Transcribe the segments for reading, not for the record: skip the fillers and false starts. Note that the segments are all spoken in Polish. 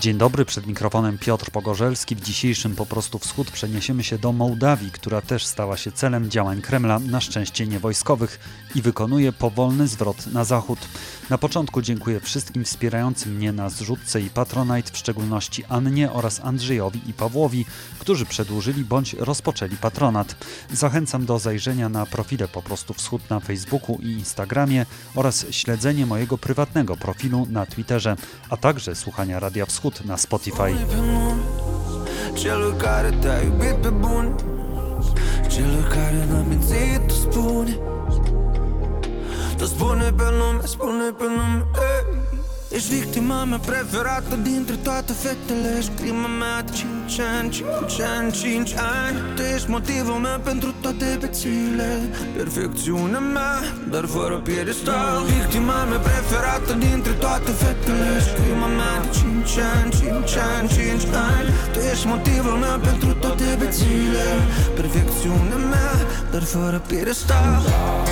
Dzień dobry, przed mikrofonem Piotr Pogorzelski. W dzisiejszym Po prostu Wschód przeniesiemy się do Mołdawii, która też stała się celem działań Kremla, na szczęście nie wojskowych, i wykonuje powolny zwrot na zachód. Na początku dziękuję wszystkim wspierającym mnie na zrzutce i Patronite, w szczególności Annie oraz Andrzejowi i Pawłowi, którzy przedłużyli bądź rozpoczęli patronat. Zachęcam do zajrzenia na profile Po prostu Wschód na Facebooku i Instagramie oraz śledzenie mojego prywatnego profilu na Twitterze, a także słuchania Radia Wschód na Spotify. Celor care te-a iubit pe bune, celor care n-am mințit, tu spune pe nume, ei. Ești victima mea preferată dintre toate fetele. Ești crima mea de 5 ani. Tu ești motivul meu pentru toate bețile. Perfecțiunea mea, dar fără piedestal. Victima mea preferată dintre toate fetele. Ești crima mea de 5 ani. Tu ești motivul meu pentru toate bețile. Perfecțiunea mea, dar fără piedestal.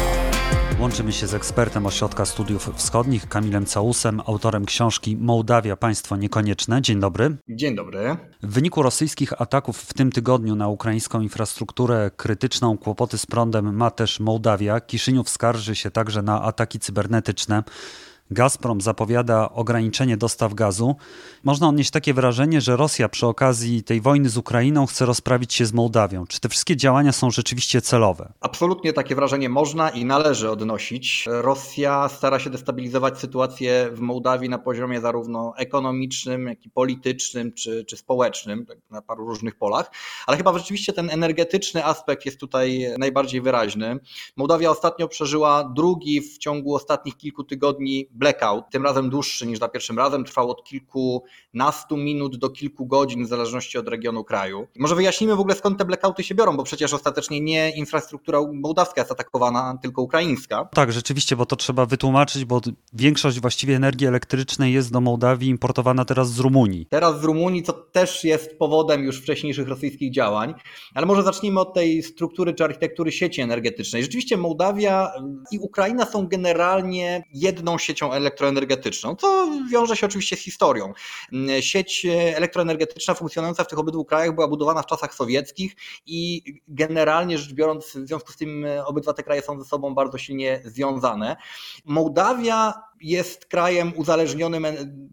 Łączymy się z ekspertem Ośrodka Studiów Wschodnich, Kamilem Całusem, autorem książki Mołdawia – państwo niekonieczne. Dzień dobry. Dzień dobry. W wyniku rosyjskich ataków w tym tygodniu na ukraińską infrastrukturę krytyczną kłopoty z prądem ma też Mołdawia. Kiszyniów skarży się także na ataki cybernetyczne. Gazprom zapowiada ograniczenie dostaw gazu. Można odnieść takie wrażenie, że Rosja przy okazji tej wojny z Ukrainą chce rozprawić się z Mołdawią. Czy te wszystkie działania są rzeczywiście celowe? Absolutnie takie wrażenie można i należy odnosić. Rosja stara się destabilizować sytuację w Mołdawii na poziomie zarówno ekonomicznym, jak i politycznym czy społecznym, na paru różnych polach, ale chyba rzeczywiście ten energetyczny aspekt jest tutaj najbardziej wyraźny. Mołdawia ostatnio przeżyła drugi w ciągu ostatnich kilku tygodni blackout, tym razem dłuższy niż za pierwszym razem, trwał od kilkunastu minut do kilku godzin w zależności od regionu kraju. I może wyjaśnimy w ogóle, skąd te blackouty się biorą, bo przecież ostatecznie nie infrastruktura mołdawska jest atakowana, tylko ukraińska. Tak, rzeczywiście, bo to trzeba wytłumaczyć, bo większość właściwie energii elektrycznej jest do Mołdawii importowana teraz z Rumunii. Teraz z Rumunii, co też jest powodem już wcześniejszych rosyjskich działań, ale może zacznijmy od tej struktury czy architektury sieci energetycznej. Rzeczywiście Mołdawia i Ukraina są generalnie jedną siecią elektroenergetyczną, co wiąże się oczywiście z historią. Sieć elektroenergetyczna funkcjonująca w tych obydwu krajach była budowana w czasach sowieckich i generalnie rzecz biorąc, w związku z tym obydwa te kraje są ze sobą bardzo silnie związane. Mołdawia jest krajem uzależnionym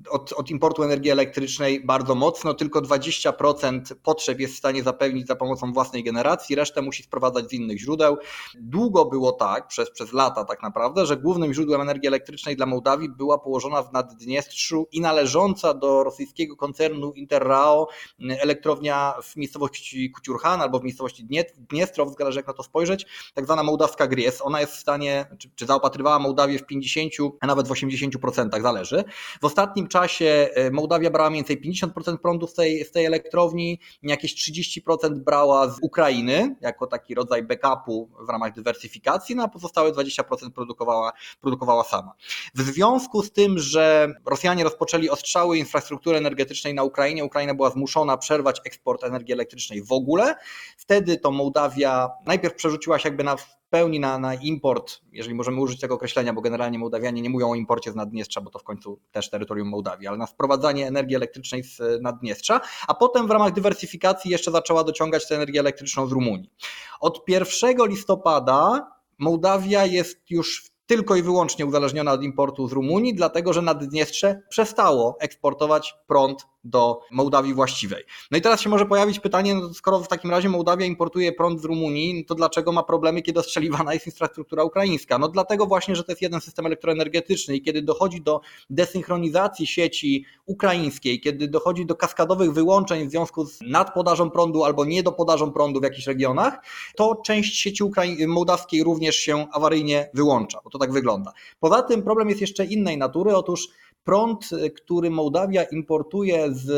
od importu energii elektrycznej bardzo mocno, tylko 20% potrzeb jest w stanie zapewnić za pomocą własnej generacji, resztę musi sprowadzać z innych źródeł. Długo było tak, przez lata tak naprawdę, że głównym źródłem energii elektrycznej dla Mołdawii była położona w Naddniestrzu i należąca do rosyjskiego koncernu Interrao elektrownia w miejscowości Kuciurhan albo w miejscowości Dniestrow, zależy jak na to spojrzeć, tak zwana mołdawska GRES. Ona jest w stanie, czy zaopatrywała Mołdawię w 50, a nawet w 80%, zależy. W ostatnim czasie Mołdawia brała mniej więcej 50% prądu z tej elektrowni, jakieś 30% brała z Ukrainy, jako taki rodzaj backupu w ramach dywersyfikacji, no a pozostałe 20% produkowała sama. W związku z tym, że Rosjanie rozpoczęli ostrzały infrastruktury energetycznej na Ukrainie, Ukraina była zmuszona przerwać eksport energii elektrycznej w ogóle. Wtedy to Mołdawia najpierw przerzuciła się jakby w pełni na import, jeżeli możemy użyć tego określenia, bo generalnie Mołdawianie nie mówią o imporcie z Naddniestrza, bo to w końcu też terytorium Mołdawii, ale na sprowadzanie energii elektrycznej z Naddniestrza, a potem w ramach dywersyfikacji jeszcze zaczęła dociągać tę energię elektryczną z Rumunii. Od 1 listopada Mołdawia jest już tylko i wyłącznie uzależniona od importu z Rumunii, dlatego że Naddniestrze przestało eksportować prąd do Mołdawii właściwej. No i teraz się może pojawić pytanie, no skoro w takim razie Mołdawia importuje prąd z Rumunii, to dlaczego ma problemy, kiedy ostrzeliwana jest infrastruktura ukraińska? No dlatego właśnie, że to jest jeden system elektroenergetyczny i kiedy dochodzi do desynchronizacji sieci ukraińskiej, kiedy dochodzi do kaskadowych wyłączeń w związku z nadpodażą prądu albo niedopodażą prądu w jakichś regionach, to część sieci mołdawskiej również się awaryjnie wyłącza, bo to tak wygląda. Poza tym problem jest jeszcze innej natury, otóż prąd, który Mołdawia importuje z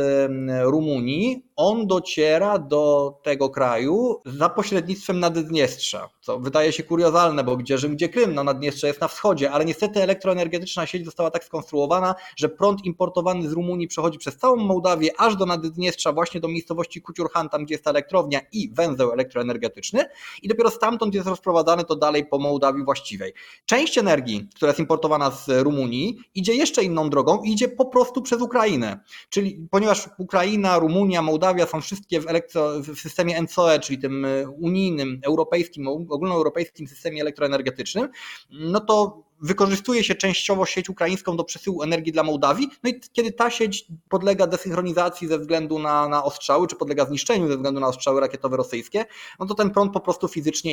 Rumunii, on dociera do tego kraju za pośrednictwem Naddniestrza, co wydaje się kuriozalne, bo gdzie Rzym, gdzie Krym, no Naddniestrze jest na wschodzie, ale niestety elektroenergetyczna sieć została tak skonstruowana, że prąd importowany z Rumunii przechodzi przez całą Mołdawię aż do Naddniestrza, właśnie do miejscowości Kuciurhan, tam gdzie jest ta elektrownia i węzeł elektroenergetyczny i dopiero stamtąd jest rozprowadzany to dalej po Mołdawii właściwej. Część energii, która jest importowana z Rumunii, idzie jeszcze inną drogą, drogą i idzie po prostu przez Ukrainę. Czyli ponieważ Ukraina, Rumunia, Mołdawia są wszystkie w systemie ENTSO-E, czyli tym unijnym, europejskim, ogólnoeuropejskim systemie elektroenergetycznym, no to wykorzystuje się częściowo sieć ukraińską do przesyłu energii dla Mołdawii, no i kiedy ta sieć podlega desynchronizacji ze względu na ostrzały, czy podlega zniszczeniu ze względu na ostrzały rakietowe rosyjskie, no to ten prąd po prostu fizycznie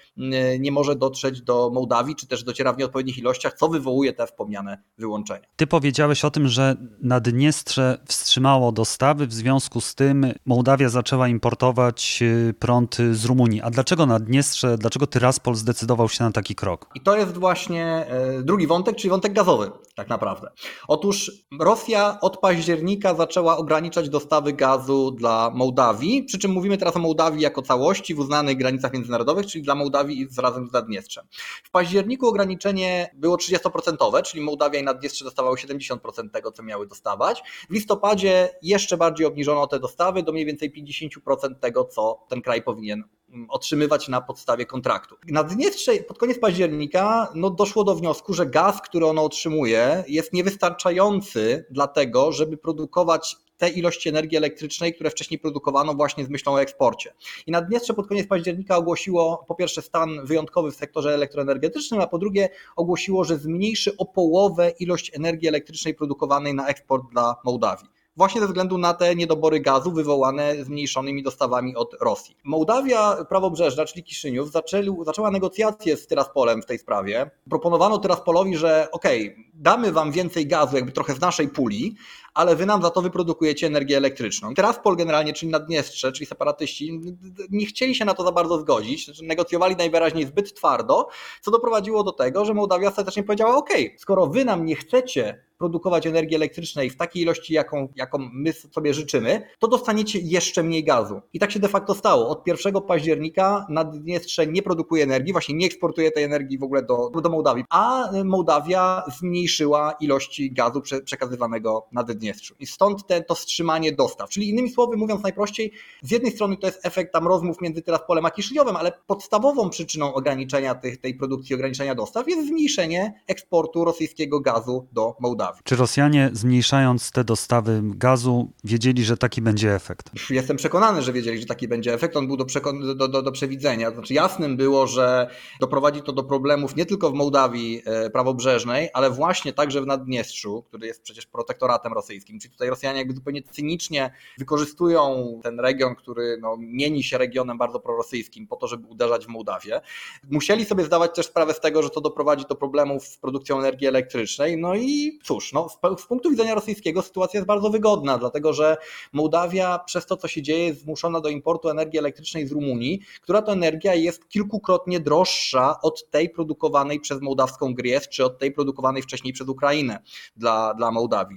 nie może dotrzeć do Mołdawii, czy też dociera w nieodpowiednich ilościach, co wywołuje te wspomniane wyłączenia. Ty powiedziałeś o tym, że Naddniestrze wstrzymało dostawy, w związku z tym Mołdawia zaczęła importować prąd z Rumunii. A dlaczego Naddniestrze, dlaczego Tyraspol zdecydował się na taki krok? I to jest właśnie drugi wątek, czyli wątek gazowy tak naprawdę. Otóż Rosja od października zaczęła ograniczać dostawy gazu dla Mołdawii, przy czym mówimy teraz o Mołdawii jako całości w uznanych granicach międzynarodowych, czyli dla Mołdawii razem z Naddniestrzem. W październiku ograniczenie było 30%, czyli Mołdawia i Naddniestrze dostawały 70% tego, co miały dostawać. W listopadzie jeszcze bardziej obniżono te dostawy do mniej więcej 50% tego, co ten kraj powinien otrzymywać na podstawie kontraktu. Naddniestrze pod koniec października doszło do wniosku, że gaz, który ono otrzymuje, jest niewystarczający dlatego, żeby produkować te ilości energii elektrycznej, które wcześniej produkowano właśnie z myślą o eksporcie. I Naddniestrze pod koniec października ogłosiło po pierwsze stan wyjątkowy w sektorze elektroenergetycznym, a po drugie ogłosiło, że zmniejszy o połowę ilość energii elektrycznej produkowanej na eksport dla Mołdawii. Właśnie ze względu na te niedobory gazu wywołane zmniejszonymi dostawami od Rosji. Mołdawia prawobrzeżna, czyli Kiszyniów, zaczęła negocjacje z Tyraspolem w tej sprawie. Proponowano Tyraspolowi, że damy wam więcej gazu, jakby trochę z naszej puli, ale wy nam za to wyprodukujecie energię elektryczną. Tyraspol generalnie, czyli Naddniestrze, czyli separatyści, nie chcieli się na to za bardzo zgodzić, negocjowali najwyraźniej zbyt twardo, co doprowadziło do tego, że Mołdawia ostatecznie powiedziała, skoro wy nam nie chcecie produkować energii elektrycznej w takiej ilości, jaką my sobie życzymy, to dostaniecie jeszcze mniej gazu. I tak się de facto stało. Od 1 października Naddniestrze nie produkuje energii, właśnie nie eksportuje tej energii w ogóle do Mołdawii, a Mołdawia zmniejszyła ilości gazu przekazywanego Naddniestrzu. I stąd to wstrzymanie dostaw. Czyli innymi słowy, mówiąc najprościej, z jednej strony to jest efekt tam rozmów między Tyraspolem a Kiszyniowem, ale podstawową przyczyną ograniczenia tej produkcji, ograniczenia dostaw jest zmniejszenie eksportu rosyjskiego gazu do Mołdawii. Czy Rosjanie, zmniejszając te dostawy gazu, wiedzieli, że taki będzie efekt? Jestem przekonany, że wiedzieli, że taki będzie efekt. On był do przewidzenia. Znaczy jasnym było, że doprowadzi to do problemów nie tylko w Mołdawii prawobrzeżnej, ale właśnie także w Naddniestrzu, który jest przecież protektoratem rosyjskim. Czyli tutaj Rosjanie jakby zupełnie cynicznie wykorzystują ten region, który mieni się regionem bardzo prorosyjskim po to, żeby uderzać w Mołdawię. Musieli sobie zdawać też sprawę z tego, że to doprowadzi do problemów z produkcją energii elektrycznej. No i cóż, z punktu widzenia rosyjskiego sytuacja jest bardzo wygodna, dlatego że Mołdawia przez to, co się dzieje, jest zmuszona do importu energii elektrycznej z Rumunii, która to energia jest kilkukrotnie droższa od tej produkowanej przez mołdawską GRIES, czy od tej produkowanej wcześniej przez Ukrainę dla Mołdawii,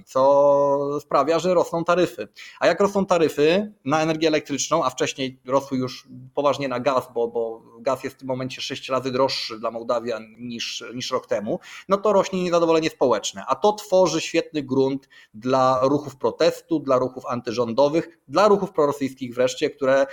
co sprawia, że rosną taryfy. A jak rosną taryfy na energię elektryczną, a wcześniej rosły już poważnie na gaz, bo gaz jest w tym momencie 6 razy droższy dla Mołdawian niż rok temu, no to rośnie niezadowolenie społeczne, a to tworzy świetny grunt dla ruchów protestu, dla ruchów antyrządowych, dla ruchów prorosyjskich wreszcie, które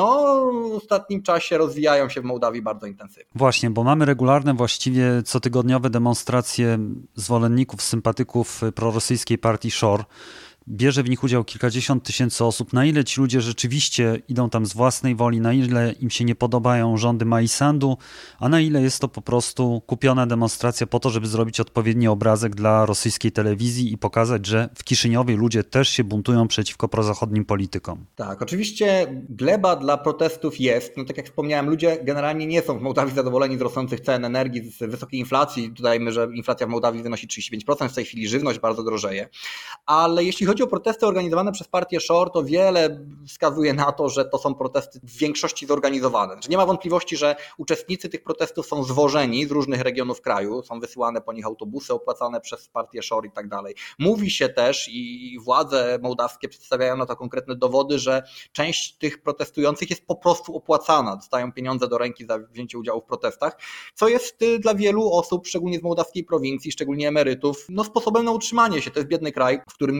w ostatnim czasie rozwijają się w Mołdawii bardzo intensywnie. Właśnie, bo mamy regularne, właściwie cotygodniowe demonstracje zwolenników, sympatyków prorosyjskiej partii Shor. Bierze w nich udział kilkadziesiąt tysięcy osób. Na ile ci ludzie rzeczywiście idą tam z własnej woli, na ile im się nie podobają rządy Majsandu, a na ile jest to po prostu kupiona demonstracja po to, żeby zrobić odpowiedni obrazek dla rosyjskiej telewizji i pokazać, że w Kiszyniowie ludzie też się buntują przeciwko prozachodnim politykom. Tak, oczywiście gleba dla protestów jest. Tak jak wspomniałem, ludzie generalnie nie są w Mołdawii zadowoleni z rosnących cen energii, z wysokiej inflacji. Dodajmy, że inflacja w Mołdawii wynosi 35%, w tej chwili żywność bardzo drożeje. Ale jeśli chodzi o protesty organizowane przez partię Shor, to wiele wskazuje na to, że to są protesty w większości zorganizowane. Nie ma wątpliwości, że uczestnicy tych protestów są zwożeni z różnych regionów kraju, są wysyłane po nich autobusy opłacane przez partię Shor i tak dalej. Mówi się też i władze mołdawskie przedstawiają na to konkretne dowody, że część tych protestujących jest po prostu opłacana, dostają pieniądze do ręki za wzięcie udziału w protestach, co jest dla wielu osób, szczególnie z mołdawskiej prowincji, szczególnie emerytów, sposobem na utrzymanie się. To jest biedny kraj, w którym niestety łatwo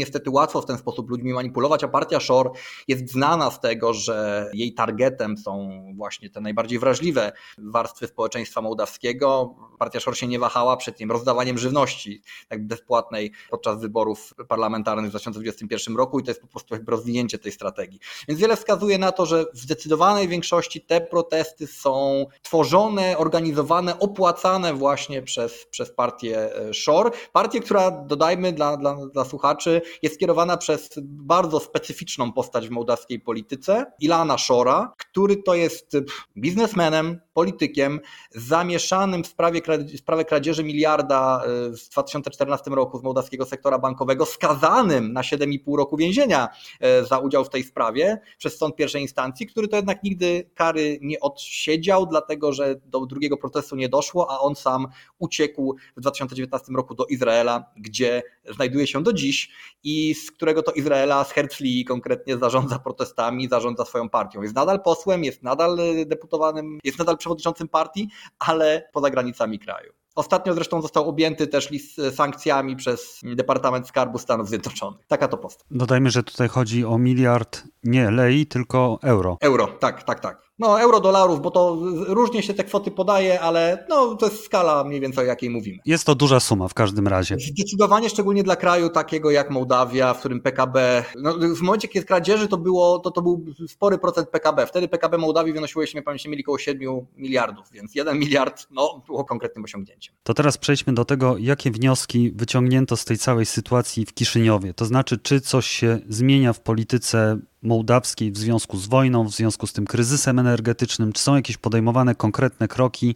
łatwo w ten sposób ludźmi manipulować, a partia Shor jest znana z tego, że jej targetem są właśnie te najbardziej wrażliwe warstwy społeczeństwa mołdawskiego. Partia Shor się nie wahała przed tym rozdawaniem żywności tak bezpłatnej podczas wyborów parlamentarnych w 2021 roku i to jest po prostu jakby rozwinięcie tej strategii. Więc wiele wskazuje na to, że w zdecydowanej większości te protesty są tworzone, organizowane, opłacane właśnie przez partię Shor. Partię, która, dodajmy dla słuchaczy, jest kierowana przez bardzo specyficzną postać w mołdawskiej polityce, Ilhana Shora, który to jest biznesmenem, politykiem zamieszanym w sprawę kradzieży miliarda w 2014 roku z mołdawskiego sektora bankowego, skazanym na 7,5 roku więzienia za udział w tej sprawie przez sąd pierwszej instancji, który to jednak nigdy kary nie odsiedział, dlatego że do drugiego procesu nie doszło, a on sam uciekł w 2019 roku do Izraela, gdzie znajduje się do dziś i z którego to Izraela, z Herzlii konkretnie zarządza protestami, zarządza swoją partią. Jest nadal posłem, jest nadal deputowanym, jest nadal przewodniczącym partii, ale poza granicami kraju. Ostatnio zresztą został objęty też sankcjami przez Departament Skarbu Stanów Zjednoczonych. Taka to postać. Dodajmy, że tutaj chodzi o miliard nie lei, tylko euro. Euro, tak. No euro, dolarów, bo to różnie się te kwoty podaje, ale no, to jest skala mniej więcej o jakiej mówimy. Jest to duża suma w każdym razie. Zdecydowanie, szczególnie dla kraju takiego jak Mołdawia, w którym PKB, no, w momencie kiedy kradzieży to był spory procent PKB. Wtedy PKB Mołdawii wynosiło, jeśli nie pamiętam, mieli około 7 miliardów, więc 1 miliard było konkretnym osiągnięciem. To teraz przejdźmy do tego, jakie wnioski wyciągnięto z tej całej sytuacji w Kiszyniowie. To znaczy, czy coś się zmienia w polityce mołdawskiej w związku z wojną, w związku z tym kryzysem energetycznym, czy są jakieś podejmowane konkretne kroki,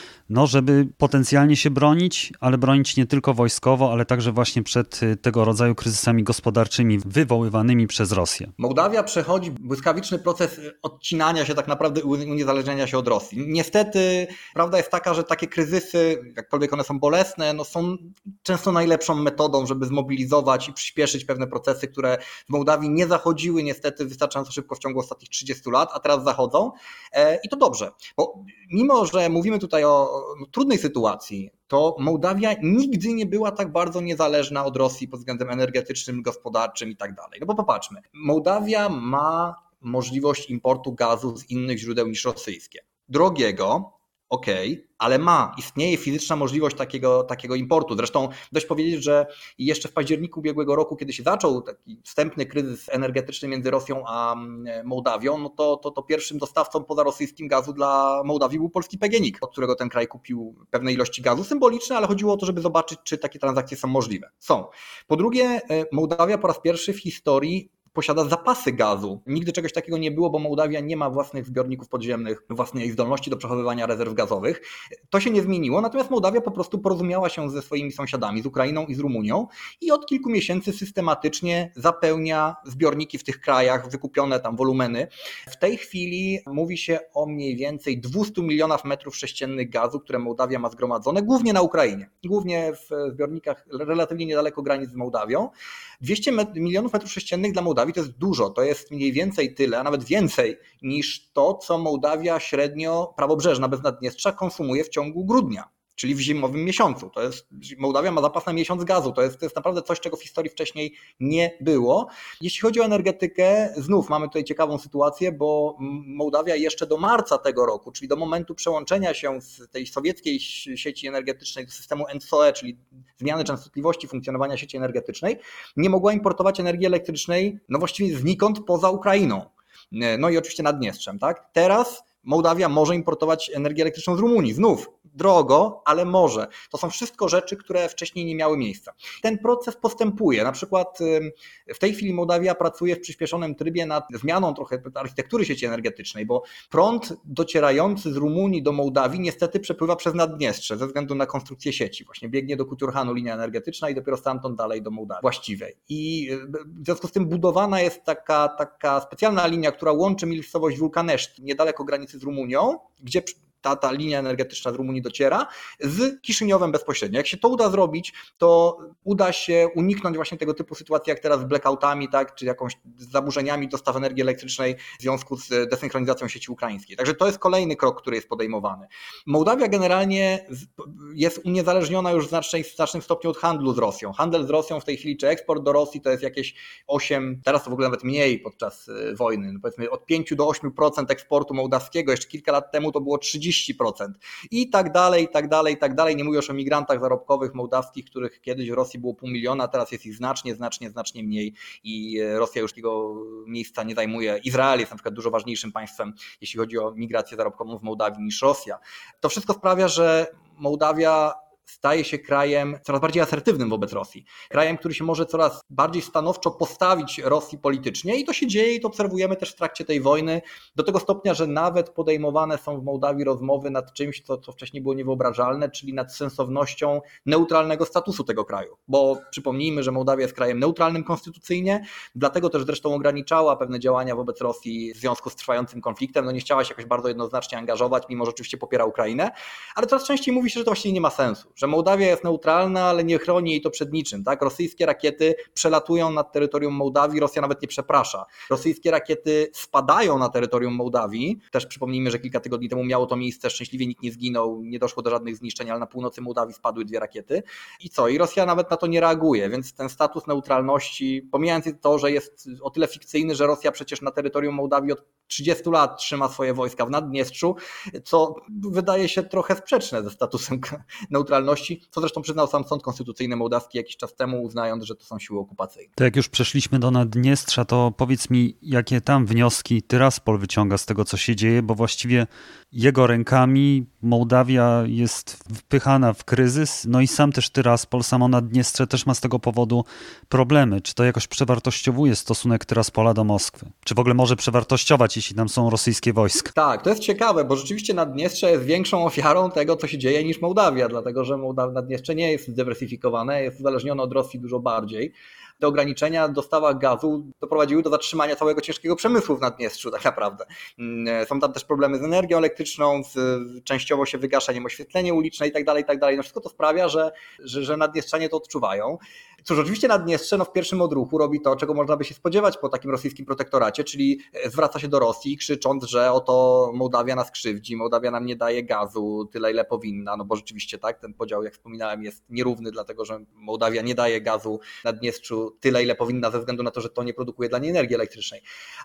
żeby potencjalnie się bronić, ale bronić nie tylko wojskowo, ale także właśnie przed tego rodzaju kryzysami gospodarczymi wywoływanymi przez Rosję. Mołdawia przechodzi błyskawiczny proces odcinania się tak naprawdę, uniezależnienia się od Rosji. Niestety prawda jest taka, że takie kryzysy, jakkolwiek one są bolesne, są często najlepszą metodą, żeby zmobilizować i przyspieszyć pewne procesy, które w Mołdawii nie zachodziły niestety wystarczająco szybko w ciągu ostatnich 30 lat, a teraz zachodzą. I to dobrze, bo mimo, że mówimy tutaj o trudnej sytuacji, to Mołdawia nigdy nie była tak bardzo niezależna od Rosji pod względem energetycznym, gospodarczym i tak dalej. No bo popatrzmy, Mołdawia ma możliwość importu gazu z innych źródeł niż rosyjskie. Drogiego, ale istnieje fizyczna możliwość takiego importu. Zresztą dość powiedzieć, że jeszcze w październiku ubiegłego roku, kiedy się zaczął taki wstępny kryzys energetyczny między Rosją a Mołdawią, to pierwszym dostawcą pozarosyjskim gazu dla Mołdawii był polski PGNiG, od którego ten kraj kupił pewne ilości gazu, symboliczne, ale chodziło o to, żeby zobaczyć, czy takie transakcje są możliwe. Są. Po drugie, Mołdawia po raz pierwszy w historii posiada zapasy gazu. Nigdy czegoś takiego nie było, bo Mołdawia nie ma własnych zbiorników podziemnych, własnej zdolności do przechowywania rezerw gazowych. To się nie zmieniło, natomiast Mołdawia po prostu porozumiała się ze swoimi sąsiadami, z Ukrainą i z Rumunią i od kilku miesięcy systematycznie zapełnia zbiorniki w tych krajach, wykupione tam wolumeny. W tej chwili mówi się o mniej więcej 200 milionów metrów sześciennych gazu, które Mołdawia ma zgromadzone, głównie na Ukrainie, głównie w zbiornikach relatywnie niedaleko granic z Mołdawią. 200 milionów metrów sześciennych dla Mołdawii to jest dużo, to jest mniej więcej tyle, a nawet więcej niż to, co Mołdawia średnio prawobrzeżna bez Naddniestrza konsumuje w ciągu grudnia, czyli w zimowym miesiącu. Mołdawia ma zapas na miesiąc gazu, to jest naprawdę coś, czego w historii wcześniej nie było. Jeśli chodzi o energetykę, znów mamy tutaj ciekawą sytuację, bo Mołdawia jeszcze do marca tego roku, czyli do momentu przełączenia się z tej sowieckiej sieci energetycznej do systemu NSOE, czyli zmiany częstotliwości funkcjonowania sieci energetycznej, nie mogła importować energii elektrycznej właściwie znikąd poza Ukrainą. No i oczywiście Naddniestrzem, tak? Teraz Mołdawia może importować energię elektryczną z Rumunii, znów drogo, ale może. To są wszystko rzeczy, które wcześniej nie miały miejsca. Ten proces postępuje. Na przykład w tej chwili Mołdawia pracuje w przyspieszonym trybie nad zmianą trochę architektury sieci energetycznej, bo prąd docierający z Rumunii do Mołdawii niestety przepływa przez Naddniestrze ze względu na konstrukcję sieci. Właśnie biegnie do Kuturhanu linia energetyczna i dopiero stamtąd dalej do Mołdawii właściwej. I w związku z tym budowana jest taka specjalna linia, która łączy miejscowość Wulkaneszt niedaleko granicy z Rumunią, gdzie ta linia energetyczna z Rumunii dociera, z Kiszyniowem bezpośrednio. Jak się to uda zrobić, to uda się uniknąć właśnie tego typu sytuacji jak teraz z blackoutami, tak, czy jakąś zaburzeniami dostaw energii elektrycznej w związku z desynchronizacją sieci ukraińskiej. Także to jest kolejny krok, który jest podejmowany. Mołdawia generalnie jest uniezależniona już w znacznym stopniu od handlu z Rosją. Handel z Rosją w tej chwili, czy eksport do Rosji to jest jakieś 8, teraz to w ogóle nawet mniej podczas wojny, no powiedzmy od 5 do 8% eksportu mołdawskiego, jeszcze kilka lat temu to było 30%. I tak dalej, i tak dalej, i tak dalej. Nie mówię już o migrantach zarobkowych mołdawskich, których kiedyś w Rosji było 500 000, teraz jest ich znacznie mniej i Rosja już tego miejsca nie zajmuje. Izrael jest na przykład dużo ważniejszym państwem, jeśli chodzi o migrację zarobkową w Mołdawii niż Rosja. To wszystko sprawia, że Mołdawia staje się krajem coraz bardziej asertywnym wobec Rosji. Krajem, który się może coraz bardziej stanowczo postawić Rosji politycznie i to się dzieje i to obserwujemy też w trakcie tej wojny do tego stopnia, że nawet podejmowane są w Mołdawii rozmowy nad czymś, co wcześniej było niewyobrażalne, czyli nad sensownością neutralnego statusu tego kraju. Bo przypomnijmy, że Mołdawia jest krajem neutralnym konstytucyjnie, dlatego też zresztą ograniczała pewne działania wobec Rosji w związku z trwającym konfliktem. No nie chciała się jakoś bardzo jednoznacznie angażować, mimo że oczywiście popiera Ukrainę, ale coraz częściej mówi się, że to właściwie nie ma sensu. Że Mołdawia jest neutralna, ale nie chroni jej to przed niczym. Tak? Rosyjskie rakiety przelatują nad terytorium Mołdawii, Rosja nawet nie przeprasza. Rosyjskie rakiety spadają na terytorium Mołdawii. Też przypomnijmy, że kilka tygodni temu miało to miejsce, szczęśliwie nikt nie zginął, nie doszło do żadnych zniszczeń, ale na północy Mołdawii spadły 2 rakiety. I co? I Rosja nawet na to nie reaguje, więc ten status neutralności, pomijając to, że jest o tyle fikcyjny, że Rosja przecież na terytorium Mołdawii od 30 lat trzyma swoje wojska w Naddniestrzu, co wydaje się trochę sprzeczne ze statusem neutralności, co zresztą przyznał sam Sąd Konstytucyjny Mołdawski jakiś czas temu, uznając, że to są siły okupacyjne. To jak już przeszliśmy do Naddniestrza, to powiedz mi, jakie tam wnioski Tyraspol wyciąga z tego, co się dzieje, bo właściwie jego rękami Mołdawia jest wpychana w kryzys, no i sam też Tyraspol, samo Naddniestrze też ma z tego powodu problemy. Czy to jakoś przewartościowuje stosunek Tyraspola do Moskwy? Czy w ogóle może przewartościować, jeśli tam są rosyjskie wojska? Tak, to jest ciekawe, bo rzeczywiście Naddniestrze jest większą ofiarą tego, co się dzieje, niż Mołdawia, dlatego że Naddniestrze nie jest zdywersyfikowane, jest uzależnione od Rosji dużo bardziej. Te ograniczenia w dostawach gazu doprowadziły do zatrzymania całego ciężkiego przemysłu w Naddniestrzu tak naprawdę. Są tam też problemy z energią elektryczną, częściowo się wygasza oświetlenie uliczne i tak dalej. No wszystko to sprawia, że Naddniestrzanie to odczuwają. Cóż, oczywiście Naddniestrze w pierwszym odruchu robi to, czego można by się spodziewać po takim rosyjskim protektoracie, czyli zwraca się do Rosji, krzycząc, że oto Mołdawia nas krzywdzi, Mołdawia nam nie daje gazu tyle, ile powinna, no bo rzeczywiście tak, ten podział, jak wspominałem, jest nierówny, dlatego że Mołdawia nie daje gazu Naddniestrzu tyle, ile powinna, ze względu na to, że to nie produkuje dla niej energii elektrycznej.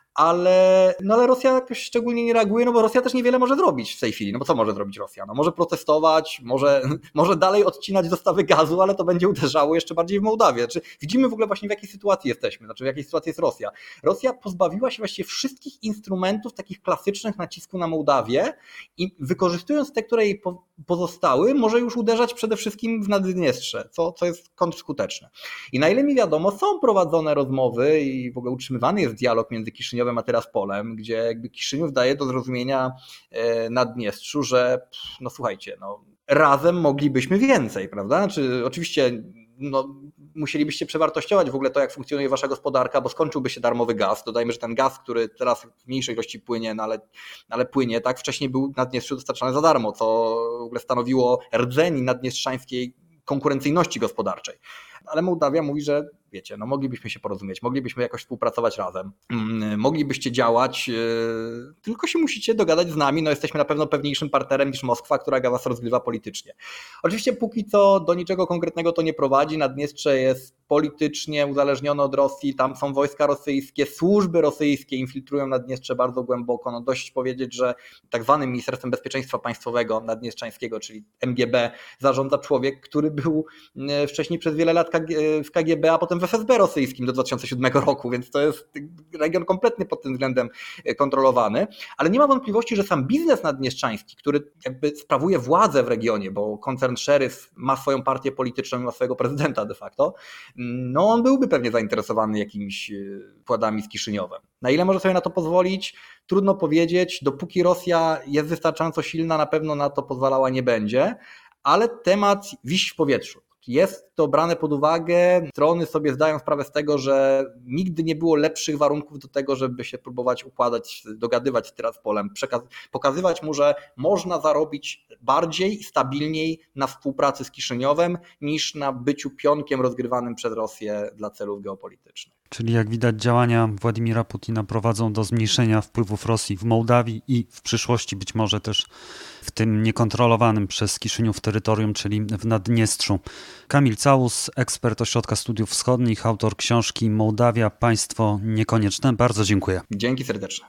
Ale Rosja jakoś szczególnie nie reaguje, no bo Rosja też niewiele może zrobić w tej chwili. No bo co może zrobić Rosja? No może protestować, może dalej odcinać dostawy gazu, ale to będzie uderzało jeszcze bardziej w Mołdawię. Znaczy, widzimy w ogóle właśnie, w jakiej sytuacji jesteśmy, znaczy w jakiej sytuacji jest Rosja. Rosja pozbawiła się właściwie wszystkich instrumentów takich klasycznych nacisku na Mołdawię i wykorzystując te, które jej pozostały, może już uderzać przede wszystkim w Naddniestrze, co jest kontrskuteczne. I na ile mi wiadomo, są prowadzone rozmowy i w ogóle utrzymywany jest dialog między Kiszyniowem a Tyraspolem, gdzie jakby Kiszyniów daje do zrozumienia Naddniestrzu, że no słuchajcie, no razem moglibyśmy więcej, prawda? Znaczy oczywiście musielibyście przewartościować w ogóle to, jak funkcjonuje wasza gospodarka, bo skończyłby się darmowy gaz. Dodajmy, że ten gaz, który teraz w mniejszej ilości płynie, ale płynie, tak, wcześniej był Naddniestrzu dostarczany za darmo, co w ogóle stanowiło rdzeń naddniestrzańskiej konkurencyjności gospodarczej. Ale Mołdawia mówi, że wiecie, no moglibyśmy się porozumieć, moglibyśmy jakoś współpracować razem, moglibyście działać, tylko się musicie dogadać z nami, no jesteśmy na pewno pewniejszym partnerem niż Moskwa, która was rozgrywa politycznie. Oczywiście póki co do niczego konkretnego to nie prowadzi, Naddniestrze jest politycznie uzależnione od Rosji, tam są wojska rosyjskie, służby rosyjskie infiltrują Naddniestrze bardzo głęboko, no dość powiedzieć, że tak zwanym Ministerstwem Bezpieczeństwa Państwowego Naddniestrzańskiego, czyli MGB, zarządza człowiek, który był wcześniej przez wiele lat w KGB, a potem w FSB rosyjskim do 2007 roku, więc to jest region kompletnie pod tym względem kontrolowany, ale nie ma wątpliwości, że sam biznes naddniestrzański, który jakby sprawuje władzę w regionie, bo koncern Szeryf ma swoją partię polityczną i ma swojego prezydenta de facto, no on byłby pewnie zainteresowany jakimiś układami z Kiszyniowem. Na ile może sobie na to pozwolić? Trudno powiedzieć, dopóki Rosja jest wystarczająco silna, na pewno na to pozwalała nie będzie, ale temat wisi w powietrzu. Jest to brane pod uwagę, strony sobie zdają sprawę z tego, że nigdy nie było lepszych warunków do tego, żeby się próbować układać, dogadywać z Tiraspolem, pokazywać mu, że można zarobić bardziej i stabilniej na współpracy z Kiszyniowem niż na byciu pionkiem rozgrywanym przez Rosję dla celów geopolitycznych. Czyli jak widać działania Władimira Putina prowadzą do zmniejszenia wpływów Rosji w Mołdawii i w przyszłości być może też w tym niekontrolowanym przez Kiszyniów terytorium, czyli w Naddniestrzu. Kamil Całus, ekspert Ośrodka Studiów Wschodnich, autor książki Mołdawia, państwo niekonieczne. Bardzo dziękuję. Dzięki serdeczne.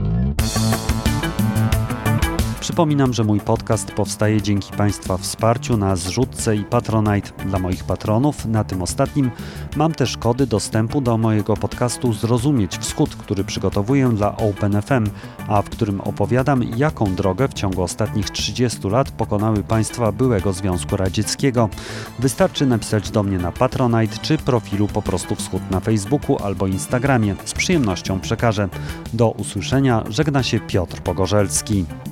Przypominam, że mój podcast powstaje dzięki Państwa wsparciu na Zrzutce i Patronite. Dla moich patronów, na tym ostatnim, mam też kody dostępu do mojego podcastu Zrozumieć Wschód, który przygotowuję dla OpenFM, a w którym opowiadam, jaką drogę w ciągu ostatnich 30 lat pokonały państwa byłego Związku Radzieckiego. Wystarczy napisać do mnie na Patronite czy profilu Po prostu Wschód na Facebooku albo Instagramie. Z przyjemnością przekażę. Do usłyszenia, żegna się Piotr Pogorzelski.